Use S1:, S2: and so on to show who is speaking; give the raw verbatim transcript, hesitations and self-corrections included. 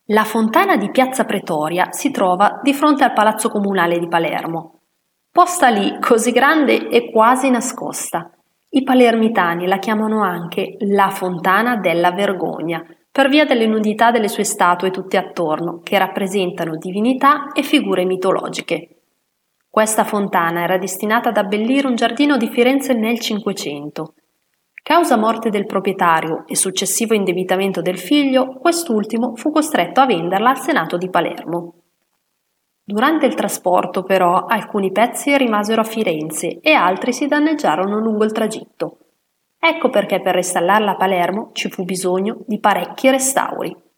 S1: La fontana di Piazza Pretoria si trova di fronte al Palazzo Comunale di Palermo. Posta lì, così grande e quasi nascosta. I palermitani la chiamano anche la Fontana della Vergogna, per via delle nudità delle sue statue tutte attorno, che rappresentano divinità e figure mitologiche. Questa fontana era destinata ad abbellire un giardino di Firenze nel Cinquecento. Causa morte del proprietario e successivo indebitamento del figlio, quest'ultimo fu costretto a venderla al Senato di Palermo. Durante il trasporto, però, alcuni pezzi rimasero a Firenze e altri si danneggiarono lungo il tragitto. Ecco perché per restaurarla a Palermo ci fu bisogno di parecchi restauri.